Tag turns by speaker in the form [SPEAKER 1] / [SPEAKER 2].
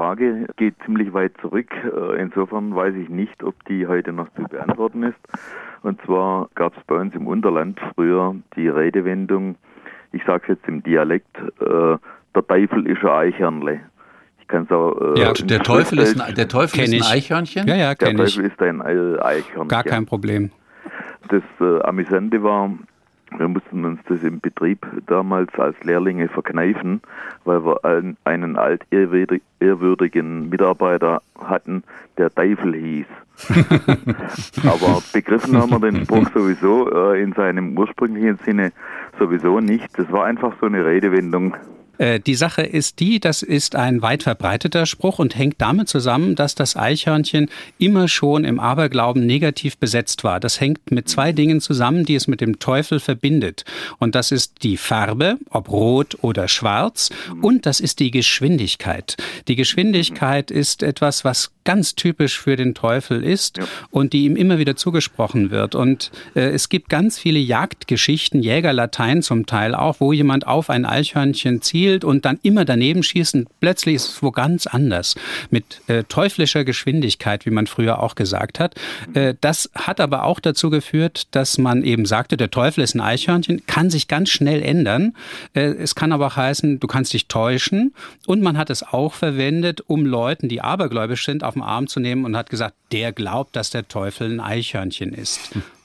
[SPEAKER 1] Frage geht ziemlich weit zurück. Insofern weiß ich nicht, ob die heute noch zu beantworten ist. Und zwar gab es bei uns im Unterland früher die Redewendung, ich sage es jetzt im Dialekt, der Teufel ist ein Eichhörnle. Ich kann es auch...
[SPEAKER 2] der Teufel ist ein Eichhörnchen?
[SPEAKER 3] Ja,
[SPEAKER 1] der Teufel ist ein Eichhörnchen.
[SPEAKER 3] Gar kein Problem.
[SPEAKER 1] Das Amüsante war, wir mussten uns das im Betrieb damals als Lehrlinge verkneifen, weil wir einen altehrwürdigen Mitarbeiter hatten, der Teufel hieß. Aber begriffen haben wir den Spruch sowieso in seinem ursprünglichen Sinne sowieso nicht. Das war einfach so eine Redewendung.
[SPEAKER 3] Die Sache ist das ist ein weit verbreiteter Spruch und hängt damit zusammen, dass das Eichhörnchen immer schon im Aberglauben negativ besetzt war. Das hängt mit zwei Dingen zusammen, die es mit dem Teufel verbindet. Und das ist die Farbe, ob rot oder schwarz, und das ist die Geschwindigkeit. Die Geschwindigkeit ist etwas, was ganz typisch für den Teufel ist und die ihm immer wieder zugesprochen wird. Und es gibt ganz viele Jagdgeschichten, Jägerlatein zum Teil auch, wo jemand auf ein Eichhörnchen zielt und dann immer daneben schießt und plötzlich ist es wo ganz anders. Mit teuflischer Geschwindigkeit, wie man früher auch gesagt hat. Das hat aber auch dazu geführt, dass man eben sagte, der Teufel ist ein Eichhörnchen, kann sich ganz schnell ändern. Es kann aber auch heißen, du kannst dich täuschen. Und man hat es auch verwendet, um Leuten, die abergläubisch sind, auf den Arm zu nehmen und hat gesagt, der glaubt, dass der Teufel ein Eichhörnchen ist.